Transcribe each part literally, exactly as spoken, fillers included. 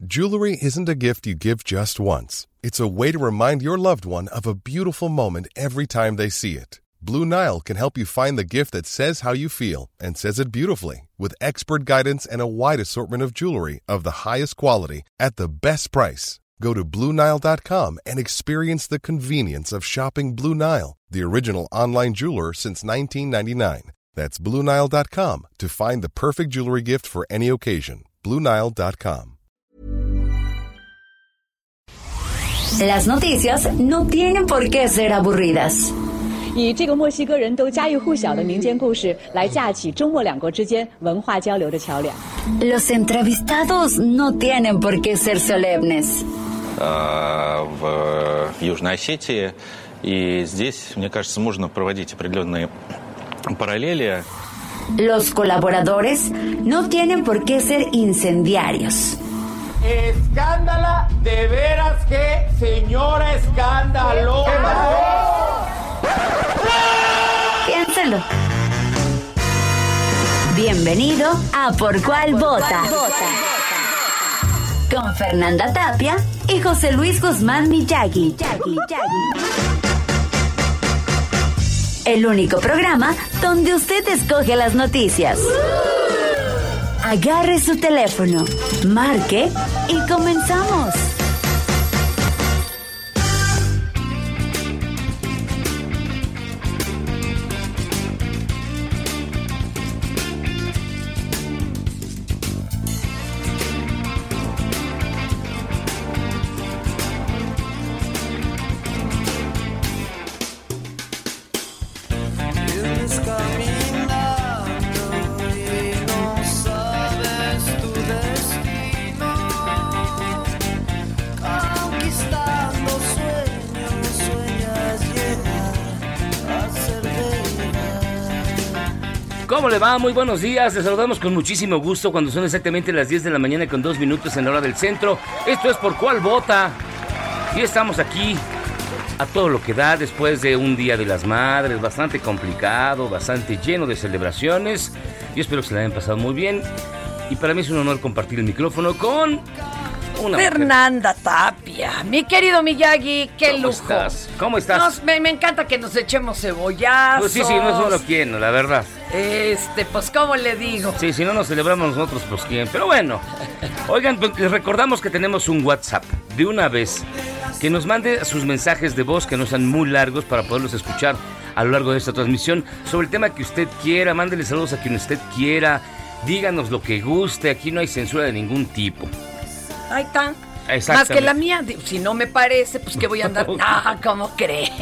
Jewelry isn't a gift you give just once. It's a way to remind your loved one of a beautiful moment every time they see it. Blue Nile can help you find the gift that says how you feel and says it beautifully, with expert guidance and a wide assortment of jewelry of the highest quality at the best price. Go to Blue Nile dot com and experience the convenience of shopping Blue Nile, the original online jeweler since nineteen ninety-nine. That's Blue Nile dot com to find the perfect jewelry gift for any occasion. Blue Nile dot com. Las noticias no tienen por qué ser aburridas. 以这个墨西哥人都家喻户晓的民间故事来架起中墨两国之间文化交流的桥梁。 Los entrevistados no tienen por qué ser solemnes. В Южной Осетии, и здесь, мне кажется, можно проводить определенные параллели. Los colaboradores no tienen por qué ser incendiarios. Escándala, de veras que señora escándalo. Piénsalo. Bienvenido a Por Cuál Vota. Con Fernanda Tapia y José Luis Guzmán Miyagi. El único programa donde usted escoge las noticias. Agarre su teléfono, marque y comenzamos. ¿Cómo le va? Muy buenos días, les saludamos con muchísimo gusto cuando son exactamente las diez de la mañana con dos minutos en la hora del centro. Esto es Por Cuál Vota y estamos aquí a todo lo que da después de un Día de las Madres bastante complicado, bastante lleno de celebraciones. Yo espero que se la hayan pasado muy bien y para mí es un honor compartir el micrófono con una Fernanda mujer. Tapia, mi querido Miyagi, qué ¿Cómo lujo. Estás? ¿Cómo estás? Nos, me, me encanta que nos echemos cebollazos. Pues sí, sí, no es solo quién, la verdad. Este, pues, ¿cómo le digo? Sí, si no nos celebramos nosotros, pues quién. Pero bueno, oigan, les recordamos que tenemos un WhatsApp de una vez. Que nos mande sus mensajes de voz que no sean muy largos para poderlos escuchar a lo largo de esta transmisión. Sobre el tema que usted quiera, mándele saludos a quien usted quiera. Díganos lo que guste, aquí no hay censura de ningún tipo. Ahí está. Más que la mía, si no me parece, pues que voy a andar. No, ¿cómo creen?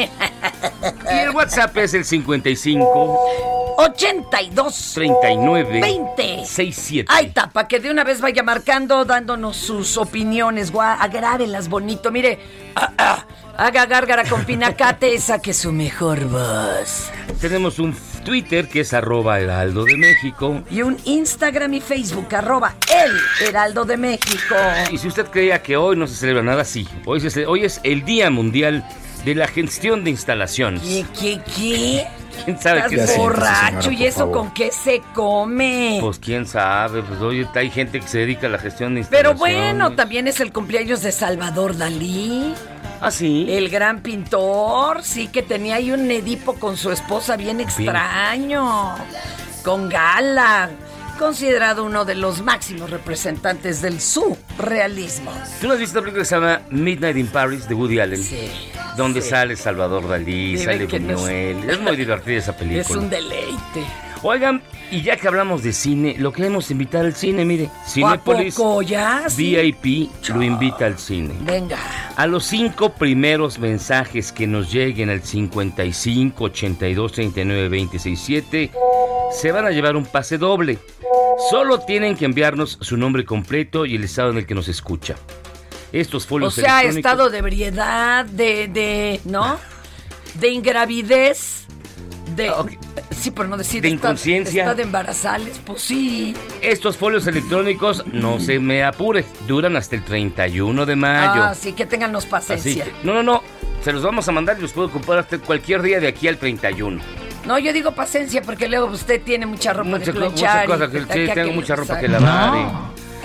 Y el WhatsApp es el cincuenta y cinco ochenta y dos treinta y nueve veinte sesenta y siete. Ahí está, para que de una vez vaya marcando, dándonos sus opiniones. Guau, agrábenlas bonito. Mire, ah, ah, haga gárgara con pinacate, saque su mejor voz. Tenemos un Twitter que es arroba Heraldo de México. Y un Instagram y Facebook, arroba El Heraldo de México. Y si usted creía que hoy no se celebra nada, sí. Hoy, se, hoy es el Día Mundial de la Gestión de Instalaciones. ¿Qué, qué, qué? ¿Quién sabe qué es? Borracho, señora, ¿y eso favor? con qué se come? Pues quién sabe, pues hoy hay gente que se dedica a la gestión de instalaciones. Pero bueno, también es el cumpleaños de Salvador Dalí. ¿Ah, sí? El gran pintor, sí, que tenía ahí un Edipo con su esposa bien extraño. Bien. Con gala. Considerado uno de los máximos representantes del surrealismo. ¿Tú no has visto una película que se llama Midnight in Paris de Woody Allen? Sí. Donde sí. sale Salvador Dalí, Dime sale Buñuel. No es... es muy divertida esa película. Es un deleite. Oigan, y ya que hablamos de cine, lo queremos invitar al cine, mire. Cinépolis ya? ¿Sí? V I P Chau. Lo invita al cine. Venga. A los cinco primeros mensajes que nos lleguen al cincuenta y cinco ochenta y dos treinta y nueve veinte sesenta y siete se van a llevar un pase doble. Solo tienen que enviarnos su nombre completo y el estado en el que nos escucha. Estos folios O sea, electrónicos... estado de ebriedad, de, de, ¿no? De ingravidez, de... Okay. Sí, por no decir... De inconsciencia. Está de embarazales, pues sí. Estos folios electrónicos, no se me apure, duran hasta el treinta y uno de mayo. Ah, sí, que téngannos paciencia. Así. No, no, no, se los vamos a mandar y los puedo ocupar hasta cualquier día de aquí al treinta y uno. No, yo digo paciencia porque luego usted tiene mucha ropa mucha, de planchar. Mucha cosa, que, sí, tengo mucha ropa que lavar. No.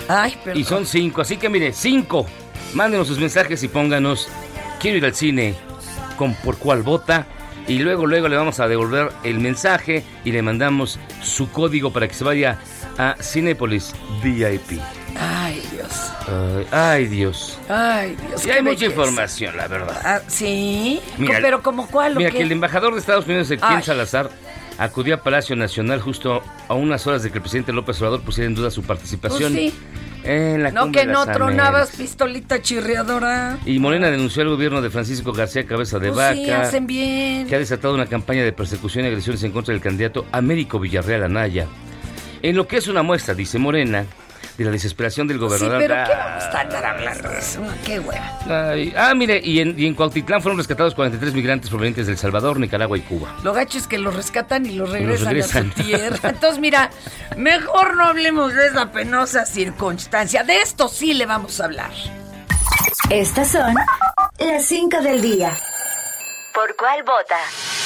Ay, perdón. Y son cinco, así que mire, cinco. Mándenos sus mensajes y pónganos, quiero ir al cine, con por cuál vota. Y luego, luego le vamos a devolver el mensaje y le mandamos su código para que se vaya a Cinépolis V I P. Ay, Dios. Ay, ay, Dios. Ay, Dios. Y hay mucha información, la verdad. Ah, ¿sí? Mira, ¿Pero como cuál? Mira, qué? que el embajador de Estados Unidos, Ezequiel Ay. Salazar, acudió a Palacio Nacional justo a unas horas de que el presidente López Obrador pusiera en duda su participación Pues sí. en la No, Cumbre que de no las tronabas Américas. pistolita chirriadora. Y Morena denunció al gobierno de Francisco García Cabeza de Pues Vaca, sí, hacen bien. que ha desatado una campaña de persecución y agresiones en contra del candidato Américo Villarreal Anaya. En lo que es una muestra, dice Morena, de la desesperación del Sí, gobernador. pero ¿qué Ah, vamos a estar hablando de eso? Qué hueva. ay, ah, mire, y en, y en Cuautitlán fueron rescatados cuarenta y tres migrantes provenientes de El Salvador, Nicaragua y Cuba. Lo gacho es que los rescatan y los regresan, regresan. a su tierra. Entonces, mira, mejor no hablemos de esa penosa circunstancia. De esto sí le vamos a hablar. Estas son las cinco del día. ¿Por cuál vota?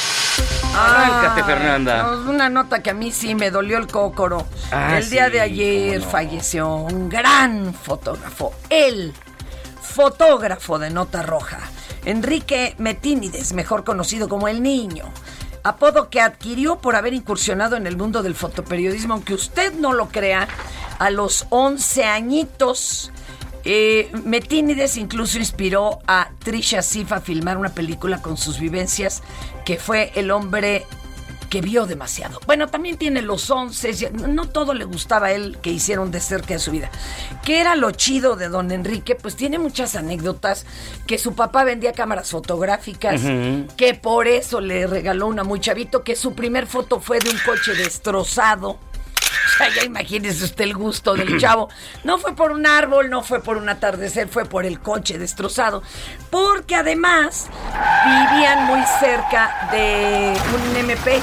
Arráncate, Ay, Fernanda. no, una nota que a mí sí me dolió el cócoro. Ah, el día sí, de ayer cómo no. falleció un gran fotógrafo. El fotógrafo de Nota Roja, Enrique Metínides, mejor conocido como El Niño. Apodo que adquirió por haber incursionado en el mundo del fotoperiodismo, aunque usted no lo crea, a los once añitos. Eh, Metínides incluso inspiró a Trisha Ziff a filmar una película con sus vivencias, que fue El hombre que vio demasiado. Bueno, también tiene los once, no todo le gustaba a él que hicieron de cerca de su vida. ¿Qué era lo chido de don Enrique? Pues tiene muchas anécdotas, que su papá vendía cámaras fotográficas, uh-huh. que por eso le regaló una muy chavito, que su primer foto fue de un coche destrozado. O sea, ya imagínese usted el gusto del chavo. No fue por un árbol, no fue por un atardecer, fue por el coche destrozado. Porque además vivían muy cerca de un eme pe.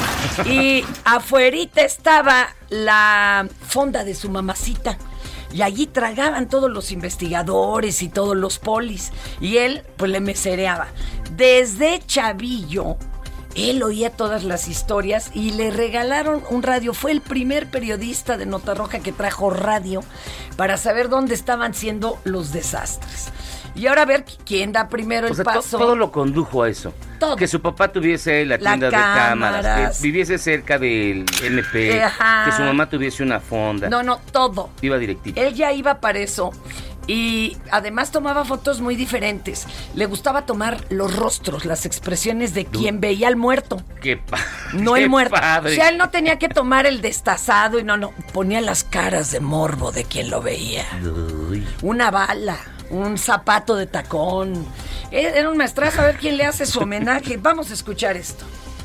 Y afuerita estaba la fonda de su mamacita. Y allí tragaban todos los investigadores y todos los polis. Y él, pues, le mesereaba. Desde chavillo, él oía todas las historias y le regalaron un radio. Fue el primer periodista de Nota Roja que trajo radio para saber dónde estaban siendo los desastres. Y ahora a ver quién da primero el o sea, paso. To, todo lo condujo a eso. Todo. Que su papá tuviese la tienda la de cámaras, cámaras, que viviese cerca del eme pe, Ajá. que su mamá tuviese una fonda. No, no, todo. Iba directito. Él ya iba para eso. Y además tomaba fotos muy diferentes. Le gustaba tomar los rostros, las expresiones de quien veía al muerto. Qué padre. No qué el muerto. Padre. O sea, él no tenía que tomar el destazado y no, no. Ponía las caras de morbo de quien lo veía. Uy. Una bala, un zapato de tacón. Era un maestrazo, a ver quién le hace su homenaje. Vamos a escuchar esto.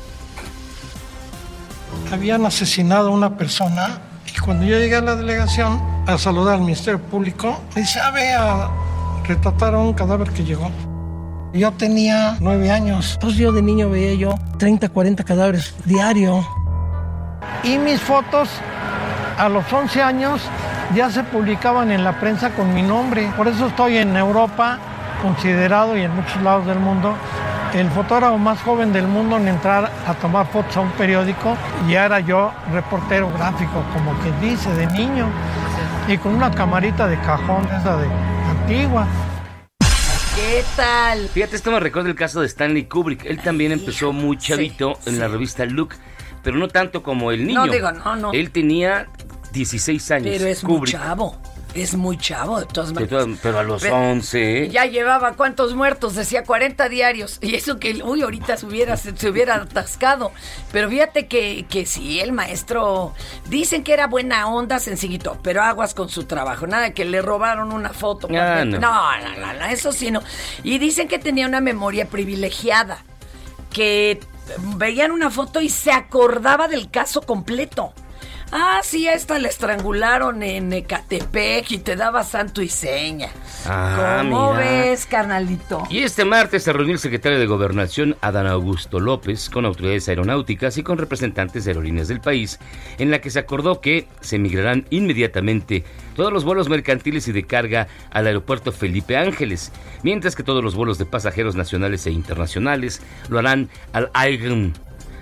Habían asesinado a una persona. Y cuando yo llegué a la delegación a saludar al Ministerio Público, me dice, ah, ve a retratar a un cadáver que llegó. Yo tenía nueve años, entonces yo de niño veía yo treinta, cuarenta cadáveres diario. Y mis fotos a los once años ya se publicaban en la prensa con mi nombre. Por eso estoy en Europa, considerado, y en muchos lados del mundo, el fotógrafo más joven del mundo en entrar a tomar fotos a un periódico. Y era yo reportero gráfico, como que dice, de niño, y con una camarita de cajón, esa de antigua. ¿Qué tal? Fíjate, esto me recuerda el caso de Stanley Kubrick. Él también empezó muy chavito sí, en sí. la revista Look, pero no tanto como el niño. No, digo, no, no. Él tenía dieciséis años. Pero es Kubrick. muy chavo. Es muy chavo, de todas De maneras. todas- pero a los Pero once. Ya llevaba cuántos muertos, decía cuarenta diarios. Y eso que, uy, ahorita se hubiera, se, se hubiera atascado. Pero fíjate que, que sí, el maestro, dicen que era buena onda, sencillito, pero aguas con su trabajo. Nada de que le robaron una foto. Ah, porque- no. no, no, no, no, eso sí no. Y dicen que tenía una memoria privilegiada, que veían una foto y se acordaba del caso completo. Ah, sí, a esta la estrangularon en Ecatepec y te daba santo y seña. Ah, ¿Cómo mira. ves, carnalito? Y este martes se reunió el secretario de Gobernación, Adán Augusto López, con autoridades aeronáuticas y con representantes de aerolíneas del país, en la que se acordó que se migrarán inmediatamente todos los vuelos mercantiles y de carga al aeropuerto Felipe Ángeles, mientras que todos los vuelos de pasajeros nacionales e internacionales lo harán al AIRM.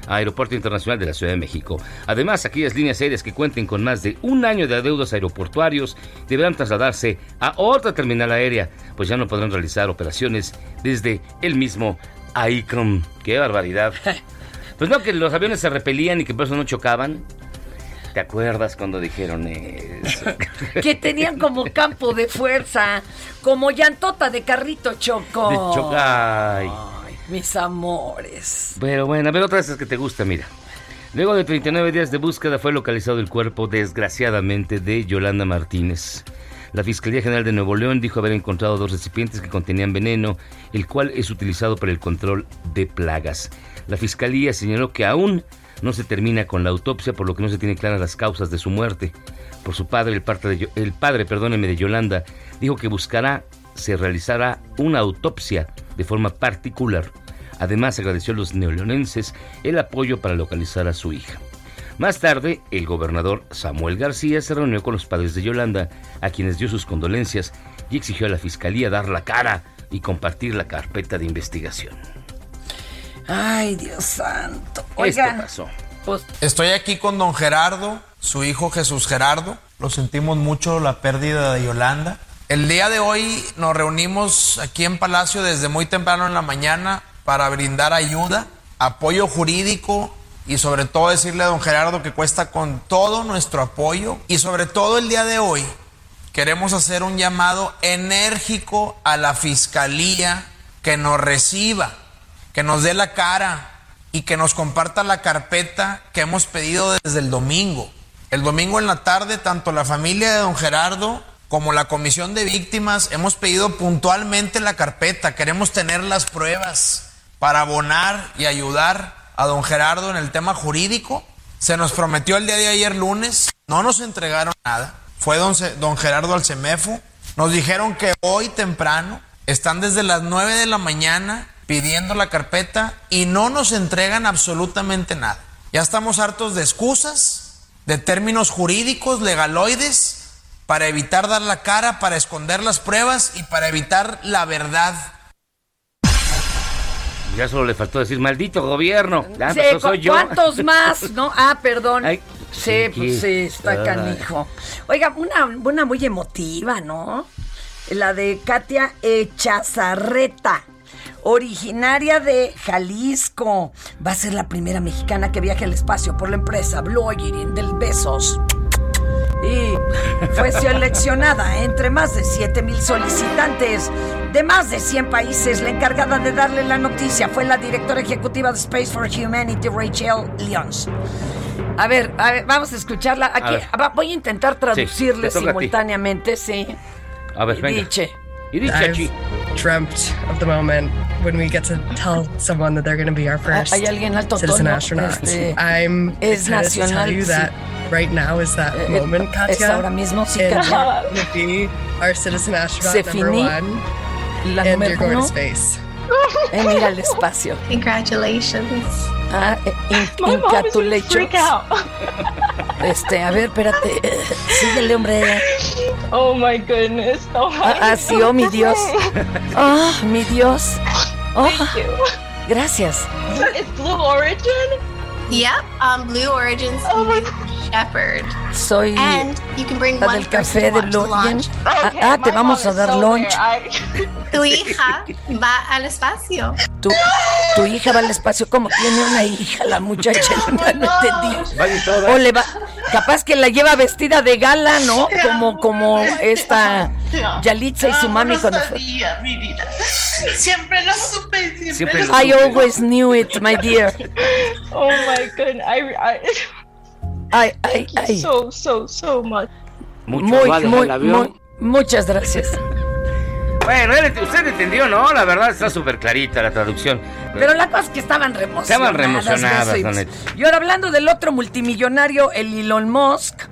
Aeropuerto Internacional de la Ciudad de México. Además, aquellas líneas aéreas que cuenten con más de un año de adeudos aeroportuarios deberán trasladarse a otra terminal aérea, pues ya no podrán realizar operaciones desde el mismo A I C R M. ¡Qué barbaridad! Pues no, que los aviones se repelían y que por eso no chocaban. ¿Te acuerdas cuando dijeron eso? Que tenían como campo de fuerza, como llantota de carrito Choco. De choca. Ay. Ay, mis amores. Pero bueno, a ver, otra de esas que te gusta, mira. Luego de treinta y nueve días de búsqueda fue localizado el cuerpo, desgraciadamente, de Yolanda Martínez. La Fiscalía General de Nuevo León dijo haber encontrado dos recipientes que contenían veneno, el cual es utilizado para el control de plagas. La Fiscalía señaló que aún no se termina con la autopsia, por lo que no se tienen claras las causas de su muerte. Por su padre, el, parte de, el padre perdóneme, de Yolanda, dijo que buscará, se realizará una autopsia de forma particular. Además, agradeció a los neoleonenses el apoyo para localizar a su hija. Más tarde, el gobernador Samuel García se reunió con los padres de Yolanda, a quienes dio sus condolencias y exigió a la Fiscalía dar la cara y compartir la carpeta de investigación. Ay, Dios santo. Oigan, Esto pasó. Pues, estoy aquí con don Gerardo, su hijo Jesús Gerardo. Lo sentimos mucho la pérdida de Yolanda. El día de hoy nos reunimos aquí en Palacio desde muy temprano en la mañana para brindar ayuda, apoyo jurídico y sobre todo decirle a don Gerardo que cuesta con todo nuestro apoyo. Y sobre todo el día de hoy queremos hacer un llamado enérgico a la Fiscalía que nos reciba, que nos dé la cara y que nos comparta la carpeta que hemos pedido desde el domingo. El domingo en la tarde, tanto la familia de don Gerardo como la Comisión de Víctimas hemos pedido puntualmente la carpeta. Queremos tener las pruebas para abonar y ayudar a don Gerardo en el tema jurídico. Se nos prometió el día de ayer lunes, no nos entregaron nada. Fue don, don Gerardo al CEMEFO. Nos dijeron que hoy temprano están desde las nueve de la mañana pidiendo la carpeta y no nos entregan absolutamente nada. Ya estamos hartos de excusas, de términos jurídicos, legaloides, para evitar dar la cara, para esconder las pruebas y para evitar la verdad. Ya solo le faltó decir, maldito gobierno. Ah, sí, pues soy yo. ¿Cuántos más? ¿No? Ah, perdón. Ay, sí, sí, pues sí, está ay. canijo. Oiga, una, una muy emotiva, ¿no? La de Katia Echazarreta, originaria de Jalisco. Va a ser la primera mexicana que viaje al espacio por la empresa Blue Origin del Besos. Y fue seleccionada entre más de siete mil solicitantes de más de cien países. La encargada de darle la noticia fue la directora ejecutiva de Space for Humanity, Rachel Lyons. A ver, a ver, vamos a escucharla. Aquí, a voy a intentar traducirle sí, simultáneamente, sí. A ver, venga. Dice. Y dice I've dreamt of the moment when we get to tell someone that they're going to be our first ¿Hay alguien alto citizen tono? astronaut. Este, I'm es excited nacional, to tell you sí. that right now is that Eh, moment, Katia. es ahora mismo, sí, and Katia. you're going to be our citizen astronaut Se number finí. one, La and número you're going uno. to space. Eh, mira el espacio. Congratulations. Ah, eh, in, My mom is gonna freak out. Este, a ver, espérate. Eh, síguele, hombre. Oh my goodness. Oh, Ah, ah, sí, oh, mi Dios. Oh, mi Dios. Oh, Thank you. gracias. It's Blue Origin? Yep, um, Blue Origin's Oh my Shepherd. Soy And you can bring la one del person café to de watch Blue the Origin. launch. Ah, Okay, ah, te my vamos mom a is dar so lunch. there. I- Tu hija va al espacio. Tu, tu hija va al espacio. ¿Cómo tiene una hija la muchacha? No entendí. Vaya toda. O le va, capaz que la lleva vestida de gala, ¿no? Como, como esta Yalitza y su mami cuando fue. mi vida. Siempre lo supe, siempre, Siempre lo lo I always knew it, my dear. Oh my goodness. I, I, Ay, ay, ay. so, so, so much. Mucho Muy, vale muy, el avión. muy, muchas gracias. Bueno, él- usted entendió, ¿no? La verdad está súper clarita la traducción. Pero la cosa es que estaban reemocionadas. Estaban reemocionadas, beso y- la neta. Y ahora hablando del otro multimillonario, el Elon Musk,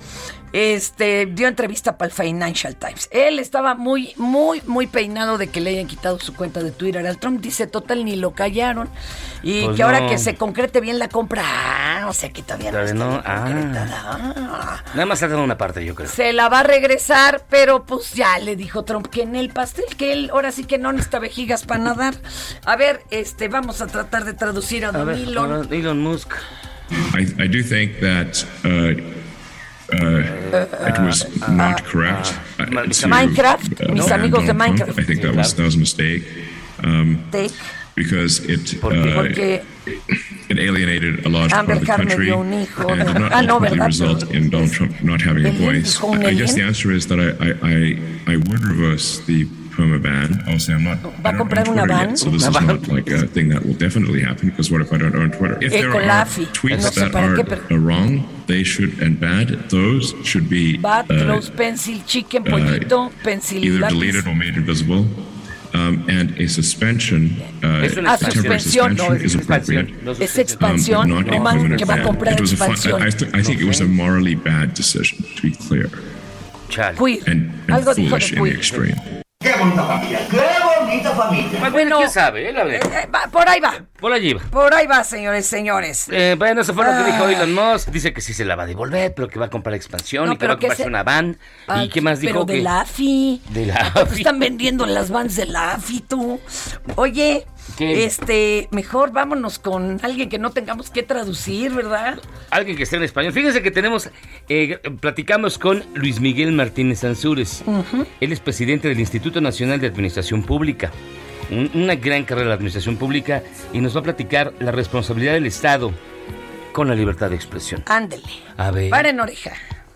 este, dio entrevista para el Financial Times. Él estaba muy, muy, muy peinado de que le hayan quitado su cuenta de Twitter al Trump. Dice, total, ni lo callaron. Y pues que no. ahora que se concrete bien la compra, ah, o sea que todavía no está no, bien ah. concretada. Nada más tratan una parte, yo creo. Se la va a regresar, pero pues ya le dijo Trump que en el pastel, que él ahora sí que no necesita vejigas para nadar. A ver, este, vamos a tratar de traducir a, a Don ver, Elon. A Elon Musk. I, I do think that uh, uh, it was uh, not correct. Uh, uh, to, Minecraft, uh, mis amigos de Trump. Minecraft. I think that was that was a mistake. Um, Take. Because it uh, Porque it alienated a large Amber part of the country un hijo, and did not ah, no, ultimately ¿verdad? result in Donald Trump not having a voice. I, I guess the answer is that I I, I, I would reverse the perma ban. I'll say I'm not. ¿Va a comprar una van? Yet, so this is not like a thing that will definitely happen. Because what if I don't own Twitter? If eh, there are tweets no that are, qué, are wrong, they should and bad. Those should be bad, uh, close, pencil, chicken, pollito, uh, pencil, either lápiz. deleted or made invisible. Um, and a suspension, uh, es una temporary suspension no, is appropriate. Es expansión, um, no man que va a comprar it was expansión. A fun, I, I, th- I think it was a morally bad decision, to be clear. Queer. And, and Algo foolish in the extreme. ¡Qué bonita familia! ¡Qué bonita familia! Bueno, ¿quién sabe? Eh, la eh, eh, va, por ahí va. Por allí va. Por ahí va, señores, señores. Eh, bueno, eso fue lo que ah. dijo Elon Musk. Dice que sí se la va a devolver, pero que va a comprar expansión no, y que va a comprarse se... una van. Ah, ¿y qué más dijo? Pero de que... la A F I. De la A F I. Están vendiendo las vans de la A F I, tú. Oye, ¿qué? este, mejor vámonos con alguien que no tengamos que traducir, ¿verdad? Alguien que esté en español. Fíjense que tenemos, eh, platicamos con Luis Miguel Martínez Ansúrez. Uh-huh. Él es presidente del Instituto Nacional de Administración Pública. Un, una gran carrera de la administración pública y nos va a platicar la responsabilidad del Estado con la libertad de expresión. Ándele. A ver. Paren oreja.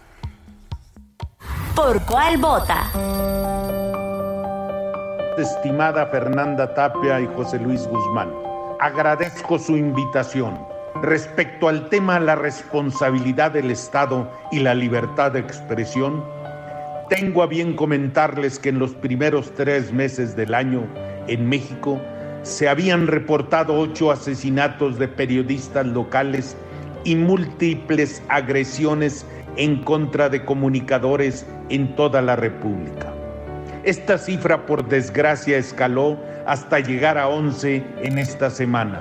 ¿Por cuál vota? Estimada Fernanda Tapia y José Luis Guzmán, agradezco su invitación. Respecto al tema la responsabilidad del Estado y la libertad de expresión, tengo a bien comentarles que en los primeros tres meses del año en México se habían reportado ocho asesinatos de periodistas locales y múltiples agresiones en contra de comunicadores en toda la República. Esta cifra, por desgracia, escaló hasta llegar a once en esta semana.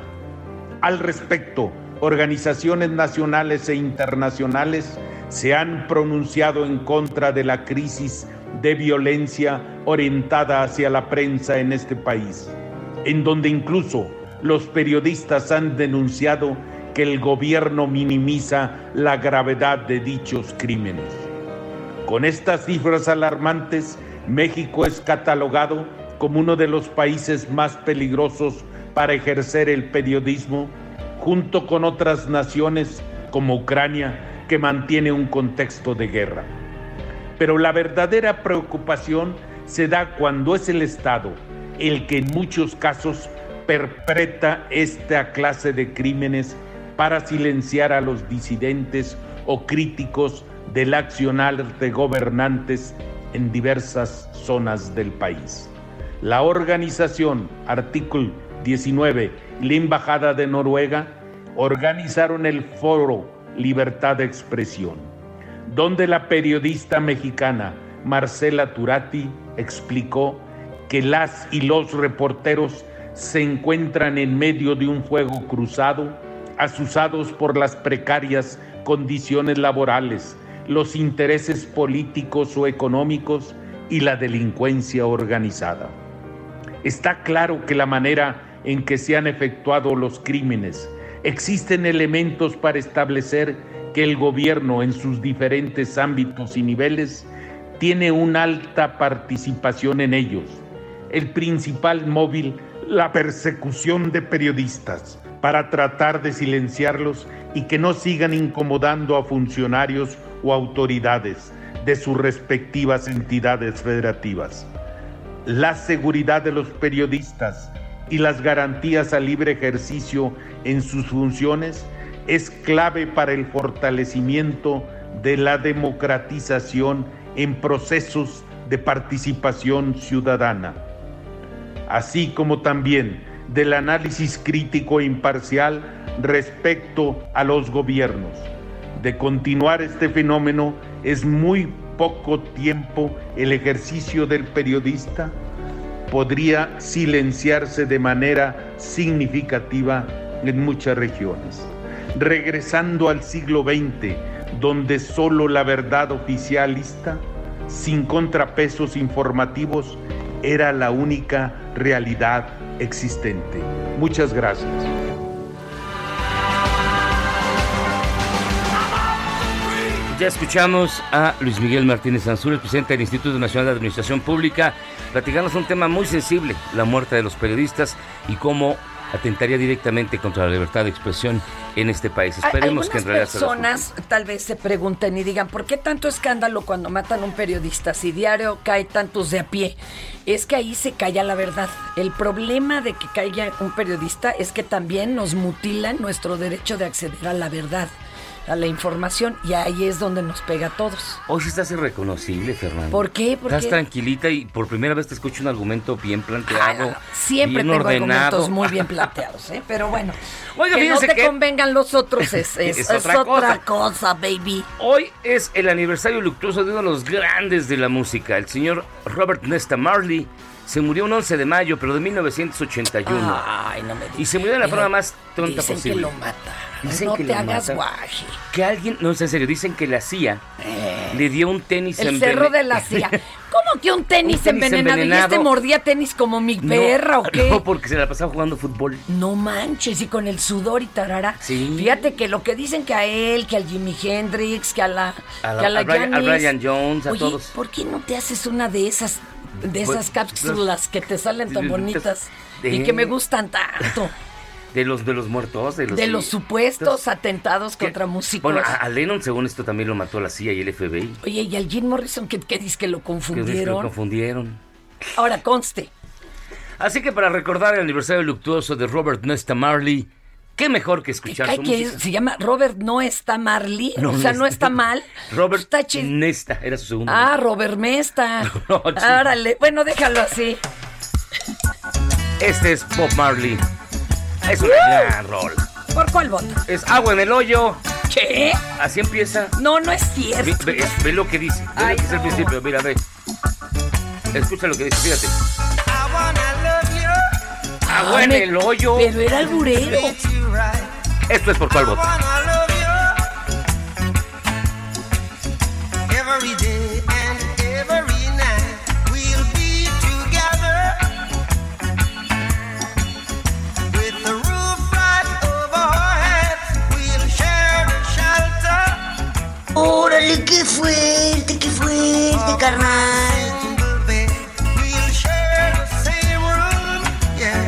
Al respecto, organizaciones nacionales e internacionales se han pronunciado en contra de la crisis de violencia orientada hacia la prensa en este país, en donde incluso los periodistas han denunciado que el gobierno minimiza la gravedad de dichos crímenes. Con estas cifras alarmantes, México es catalogado como uno de los países más peligrosos para ejercer el periodismo, junto con otras naciones como Ucrania, que mantiene un contexto de guerra. Pero la verdadera preocupación se da cuando es el Estado el que en muchos casos perpetra esta clase de crímenes para silenciar a los disidentes o críticos del accionar de gobernantes en diversas zonas del país. La organización Artículo diecinueve y la Embajada de Noruega organizaron el foro Libertad de Expresión, donde la periodista mexicana Marcela Turati explicó que las y los reporteros se encuentran en medio de un fuego cruzado, asusados por las precarias condiciones laborales, los intereses políticos o económicos y la delincuencia organizada. Está claro que la manera en que se han efectuado los crímenes, existen elementos para establecer que el gobierno en sus diferentes ámbitos y niveles tiene una alta participación en ellos. El principal móvil, la persecución de periodistas para tratar de silenciarlos y que no sigan incomodando a funcionarios o autoridades de sus respectivas entidades federativas. La seguridad de los periodistas y las garantías al libre ejercicio en sus funciones es clave para el fortalecimiento de la democratización en procesos de participación ciudadana, así como también del análisis crítico e imparcial respecto a los gobiernos, De continuar este fenómeno, es muy poco tiempo el ejercicio del periodista podría silenciarse de manera significativa en muchas regiones. Regresando al siglo veinte, donde solo la verdad oficialista, sin contrapesos informativos, era la única realidad existente. Muchas gracias. Ya escuchamos a Luis Miguel Martínez Ansúrez, presidente del Instituto Nacional de Administración Pública, platicarnos un tema muy sensible, la muerte de los periodistas y cómo atentaría directamente contra la libertad de expresión en este país. Esperemos que en realidad personas tal vez se pregunten y digan, ¿por qué tanto escándalo cuando matan a un periodista? Si diario cae tantos de a pie. Es que ahí se calla la verdad. El problema de que caiga un periodista es que también nos mutilan nuestro derecho de acceder a la verdad, a la información, y ahí es donde nos pega a todos. Hoy sí estás irreconocible, Fernando. ¿Por qué? ¿Por estás qué? tranquilita y por primera vez te escucho un argumento bien planteado. Ay, siempre bien tengo ordenado. argumentos muy bien planteados, ¿eh? Pero bueno, Oiga, que no te que... convengan los otros es, es, es, es otra, otra cosa. cosa, baby. Hoy es el aniversario luctuoso de uno de los grandes de la música, el señor Robert Nesta Marley. Se murió un once de mayo, pero de mil novecientos ochenta y uno. Ay, no me digas. Y se murió de la forma más tonta dicen posible. que lo mata. Dicen no que te lo hagas mata. guaje. Que alguien, no es en serio, dicen que la C I A eh, le dio un tenis El envenenado. cerro de la C I A. ¿Cómo que un tenis, un tenis envenenado? envenenado? ¿Y este mordía tenis como mi perra no, o qué? No, porque se la pasaba jugando fútbol. No manches, y con el sudor y tarara. Sí. Fíjate que lo que dicen que a él, que al Jimi Hendrix, que a la, a la, que a la a Brian, a Janis. Brian Jones, a Oye, todos. ¿por qué no te haces una de esas, de esas Pues, cápsulas que te salen tan bonitas de, y que me gustan tanto? De los de los muertos, de los, de los supuestos entonces, atentados ¿qué? Contra músicos. Bueno, a, a Lennon, según esto, también lo mató la C I A y el F B I. Oye, y al Jim Morrison, ¿qué, qué dices que lo confundieron? Que lo confundieron. Ahora, conste. Así que para recordar el aniversario luctuoso de Robert Nesta Marley, qué mejor que escuchar ¿Qué, su que música. Se llama Robert No Está Marley, no, o sea, no está mal. Robert está ch... Nesta, era su segundo Ah, nombre. Robert Mesta. No, Árale, bueno, déjalo así. Este es Bob Marley. Es una uh, gran rol. ¿Por cuál vota? Es Agua en el Hoyo. ¿Qué? Así empieza. No, no es cierto. Ve, ve, ve lo que dice. Ve Ay, lo que dice no. al principio. Mira, ve. Escucha lo que dice, fíjate. Agua Ay, en me... el hoyo. Pero era alburero. Esto es por cuál vota. Every day and every night we'll be together with the roof right over our heads. We'll share the shelter. Órale, qué fuerte, qué fuerte, carnal. We'll share the same room, yeah.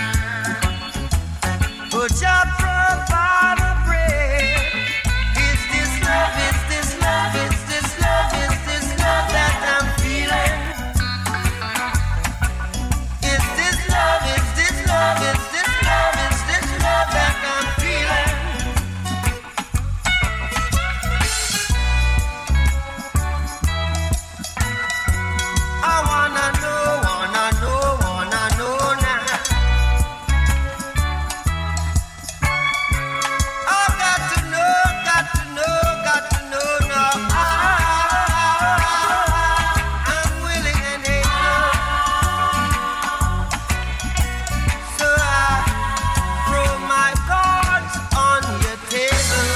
But just provide a bread. Is this love? Is this love? Is this love? Is this love that I'm feeling? Is this love? Is this love? Is this love? Is this love that I'm feeling? I wanna know, wanna know, wanna know now. I've got to know, got to know, got to know now. I, I'm willing and able. So I throw my cards on your table.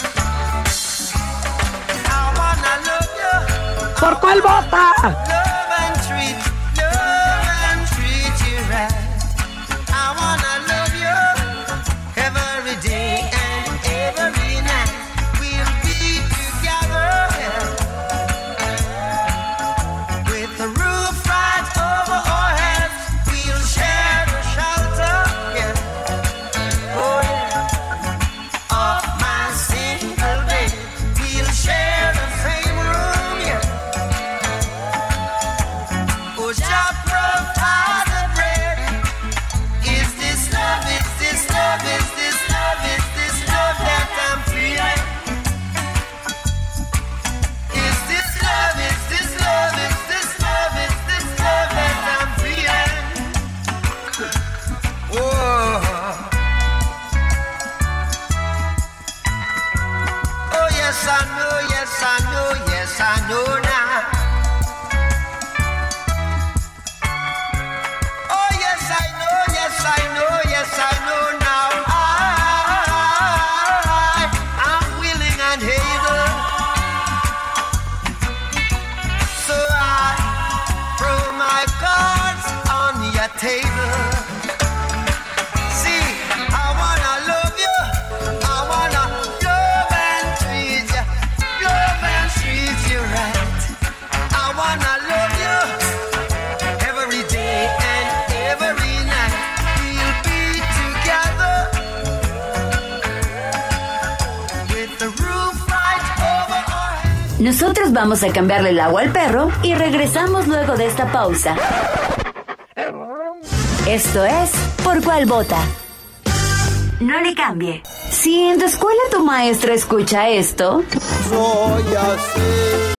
I wanna love you. ¿Por cuál vota? Love and treat, love and treat you right. I wanna love you every day and every night. We'll be together with the roof right over our heads. We'll share the shelter, yeah. Oh yeah. Of my single bed. We'll share the same room, yeah. Nosotros vamos a cambiarle el agua al perro y regresamos luego de esta pausa. Esto es ¿Por cuál vota? No le cambie. Si en tu escuela tu maestra escucha esto... Soy así.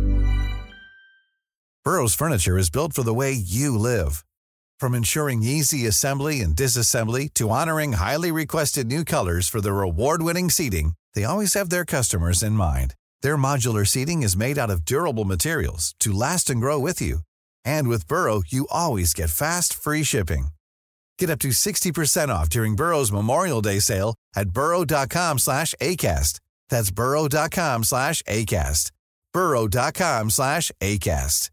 Burrow's furniture is built for the way you live. From ensuring easy assembly and disassembly to honoring highly requested new colors for their award-winning seating, they always have their customers in mind. Their modular seating is made out of durable materials to last and grow with you. And with Burrow, you always get fast, free shipping. Get up to sixty percent off during Burrow's Memorial Day sale at burrow.com slash ACAST. That's burrow.com slash ACAST. burrow.com slash ACAST.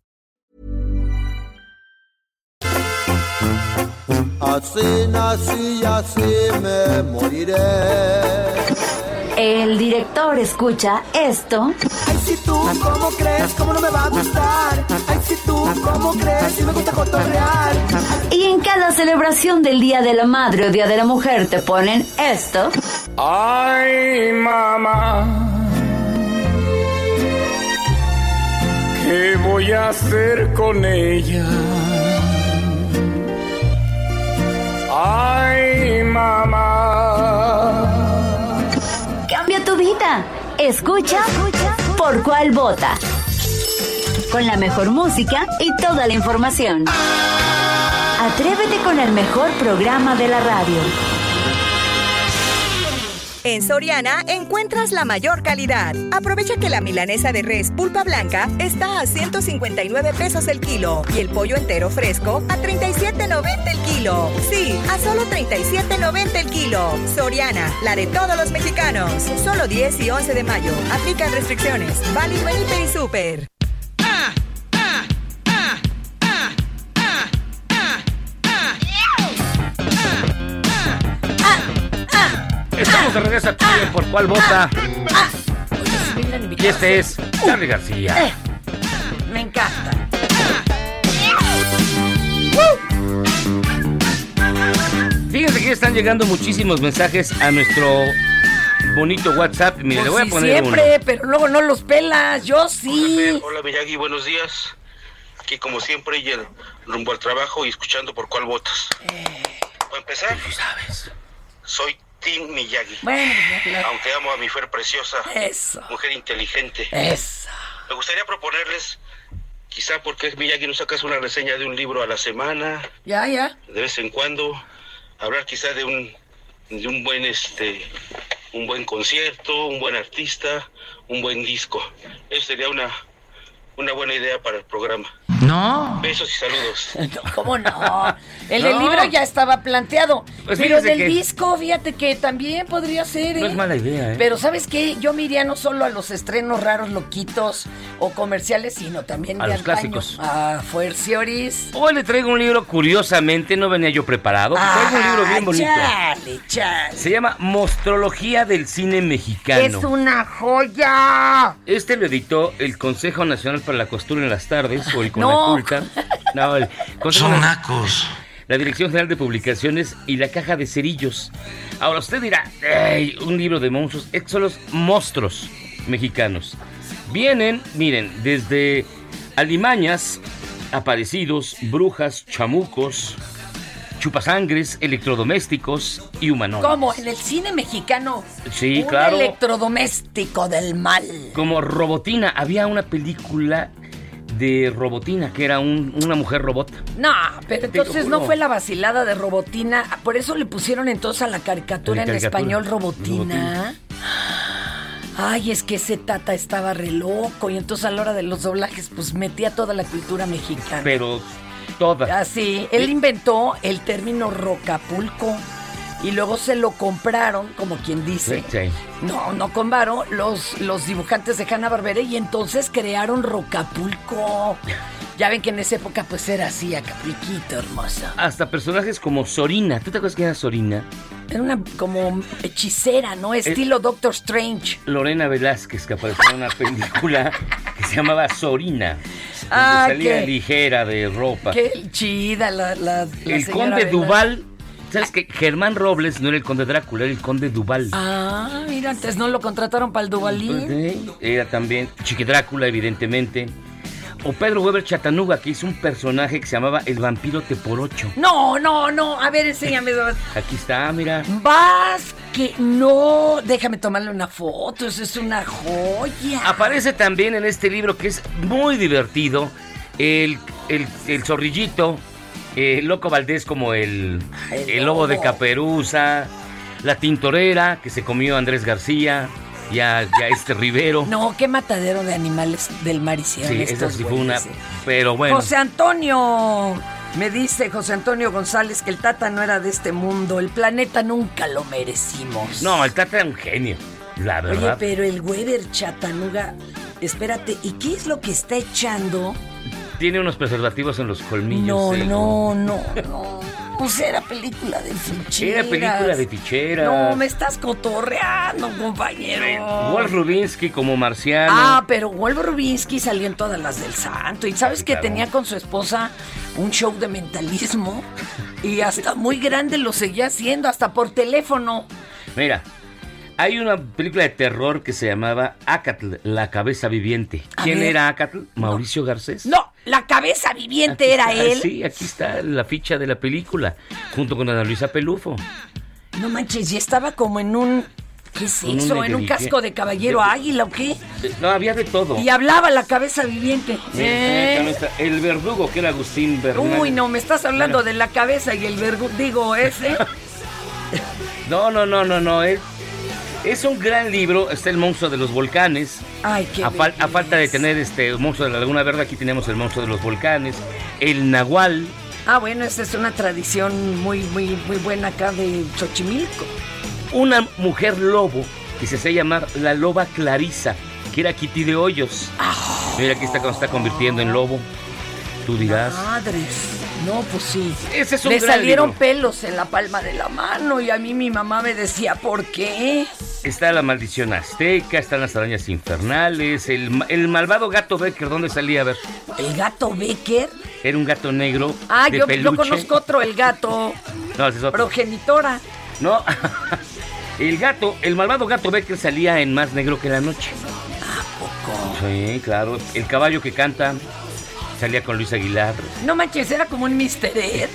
Así nací y así me moriré. El director escucha esto. Ay, si tú, ¿cómo crees? ¿Cómo no me va a gustar? Ay, si tú, ¿cómo crees? Si me gusta cotorrear. Y en cada celebración del Día de la Madre o Día de la Mujer te ponen esto. Ay, mamá, ¿qué voy a hacer con ella? Ay, mamá. Cambia tu vida. Escucha, Escucha ¿Por cuál vota? Con la mejor música y toda la información. Atrévete con el mejor programa de la radio. En Soriana encuentras la mayor calidad. Aprovecha que la milanesa de res pulpa blanca está a ciento cincuenta y nueve pesos el kilo y el pollo entero fresco a treinta y siete noventa el kilo. Sí, a solo treinta y siete noventa el kilo. Soriana, la de todos los mexicanos. Solo diez y once de mayo. Aplican restricciones. Válido en Hiper y Super. Estamos de regreso aquí en Por Cuál Vota. Y este es Charly García. Eh, me encanta. Fíjense que están llegando muchísimos mensajes a nuestro bonito WhatsApp. Mire, pues le voy a sí, poner siempre, uno. pero luego no los pelas. Yo sí. Hola, hola Miyagi, buenos días. Aquí como siempre y el rumbo al trabajo y escuchando Por Cuál Votas. Eh, Para empezar, tú sabes. Soy Team Miyagi. Bueno, claro. Aunque amo a mi Fer preciosa. Eso. Mujer inteligente. Eso. Me gustaría proponerles, quizá porque Miyagi no sacas una reseña de un libro a la semana. Ya, ya. De vez en cuando, hablar quizá de un de un buen este un buen concierto, un buen artista, un buen disco. Eso sería una una buena idea para el programa. No. Besos y saludos. No, ¿cómo no? El No. del libro ya estaba planteado. Pues pero fíjese del que- disco, fíjate que también podría ser, ¿eh? No es mala idea, ¿eh? Pero ¿sabes qué? Yo me iría no solo a los estrenos raros, loquitos o comerciales, sino también A de los antaño. clásicos. A Fuercioris. Hoy le traigo un libro, curiosamente, no venía yo preparado. Traigo un libro bien bonito. Chale, chale. Se llama Mostrología del Cine Mexicano. Es una joya. Este lo editó el Consejo Nacional para la Costura en las Tardes, o el No. Conaculta. No, el Consejo Son Na- nacos. La Dirección General de Publicaciones y la Caja de Cerillos. Ahora usted dirá, "Ey, un libro de monstruos". Estos son los monstruos mexicanos. Vienen, miren, desde alimañas, aparecidos, brujas, chamucos, chupasangres, electrodomésticos y humanoides. Como en el cine mexicano. Sí, un claro. electrodoméstico del mal. Como Robotina. Había una película de Robotina, que era un- una mujer robot. No, pero Te lo entonces no juro. fue la vacilada de Robotina. Por eso le pusieron entonces a la caricatura A la en caricatura. español Robotina. Ay, es que ese tata estaba re loco. Y entonces a la hora de los doblajes, pues metía toda la cultura mexicana. Pero toda. Así, él inventó el término rocapulco. Y luego se lo compraron, como quien dice. Sí. No, no compraron los, los dibujantes de Hanna-Barbera y entonces crearon Rocapulco. Ya ven que en esa época pues era así, Acapulquito hermoso. Hasta personajes como Sorina. ¿Tú te acuerdas quién era Sorina? Era una como hechicera, ¿no? Estilo Doctor Strange. Lorena Velázquez, que apareció en una película que se llamaba Sorina. Donde Ah, salía qué- ligera de ropa. Qué chida la, la, la El señora conde Velázquez. Duval ¿Sabes que Germán Robles no era el conde Drácula, era el conde Duval? Ah, mira, antes no lo contrataron para el Duvalín. Sí, era también Chiqui Drácula, evidentemente. O Pedro Weber Chatanuga, que hizo un personaje que se llamaba el vampiro Teporocho. No, no, no, a ver, enséñame. Aquí está, mira. Vas, que no, déjame tomarle una foto, eso es una joya. Aparece también en este libro que es muy divertido, el, el, el zorrillito, el Loco Valdés como el, el, el lobo de Caperuza, la tintorera que se comió a Andrés García y a, y a este Rivero. No, qué matadero de animales del mar hicieron. Sí, esa sí fue una, pero bueno. José Antonio, me dice José Antonio González que el Tata no era de este mundo, el planeta nunca lo merecimos. No, el Tata era un genio, la verdad. Oye, pero el Weber Chatanuga, espérate, ¿y qué es lo que está echando? Tiene unos preservativos en los colmillos. No, ¿eh? no, no, no. Pues era película de ficheras. Era película de ficheras. No, me estás cotorreando, compañero. Wolf Rubinsky como marciano. Ah, pero Wolf Rubinsky salió en todas las del Santo. Y sabes Sí, que claro. tenía con su esposa un show de mentalismo. Y hasta muy grande lo seguía haciendo, hasta por teléfono. Mira, hay una película de terror que se llamaba Acatl, la cabeza viviente. A ¿Quién ver. era Acatl? Mauricio Garcés. No, la cabeza viviente era Ah, él. Sí, aquí está la ficha de la película, junto con Ana Luisa Pelufo. No manches, y estaba como en un... ¿Qué es Con un eso? ¿En un negrilla- casco de caballero de- águila o qué? No, había de todo. Y hablaba la cabeza viviente. Mira, ¿Eh? acá está el verdugo, que era Agustín Bernal. Uy, no, me estás hablando Mira. de la cabeza y el vergo... Digo, ese... No, no, no, no, no. Es, es un gran libro. Está el monstruo de los volcanes. Ay, qué A, fal- a falta de tener este el monstruo de la Laguna Verde, aquí tenemos el monstruo de los volcanes. El Nahual. Ah, bueno, esta es una tradición muy, muy, muy buena acá de Xochimilco. Una mujer lobo que se hacía llamar la loba Clarisa, que era Kitty de Hoyos. Mira, aquí está cuando se está convirtiendo en lobo. Tú dirás. Madres. No, pues sí. Ese es un Le gran salieron libro. pelos en la palma de la mano y a mí mi mamá me decía, ¿por qué? Está la maldición azteca, están las arañas infernales, el, ma- el malvado gato Becker, ¿dónde salía? A ver. ¿El gato Becker? Era un gato negro. Ah, de yo, peluche. yo conozco otro, el gato. No, ese es otro. Progenitora. No, el gato, el malvado gato Becker salía en Más Negro que la Noche. ¿A poco? Sí, claro. El caballo que canta salía con Luis Aguilar. No manches, era como un mister Ed.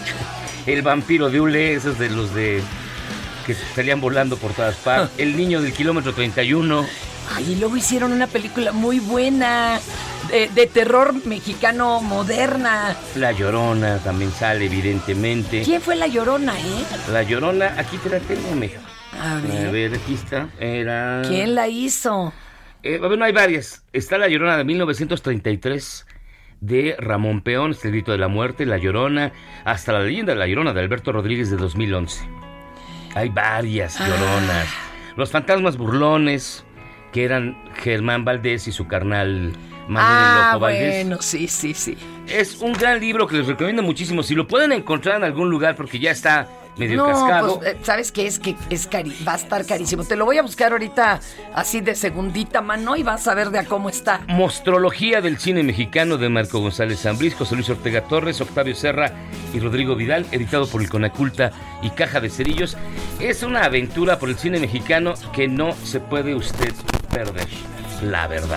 El vampiro de Ule, esos de los de que salían volando por todas partes. El niño del kilómetro treinta y uno. Ay, y luego hicieron una película muy buena de, de terror mexicano moderna. La Llorona también sale, evidentemente. ¿Quién fue la Llorona, eh? La Llorona, aquí te la tengo, mijo. A ver. A ver, aquí está. Era... ¿Quién la hizo? Eh, bueno, hay varias. Está La Llorona de mil novecientos treinta y tres de Ramón Peón, este grito de la muerte, La Llorona, hasta la leyenda de La Llorona de Alberto Rodríguez de dos mil once. Hay varias Lloronas. Los fantasmas burlones, que eran Germán Valdés y su carnal Manuel Ah, Loco Valdés. bueno, sí, sí, sí. Es un gran libro que les recomiendo muchísimo. Si lo pueden encontrar en algún lugar, porque ya está medio No, cascado. pues, eh, ¿sabes qué? Es que es cari va a estar carísimo. Te lo voy a buscar ahorita así de segundita mano y vas a ver de a cómo está. Mostrología del cine mexicano de Marco González Zambriz, José Luis Ortega Torres, Octavio Serra y Rodrigo Vidal, editado por el Conaculta y Caja de Cerillos. Es una aventura por el cine mexicano que no se puede usted perder, la verdad.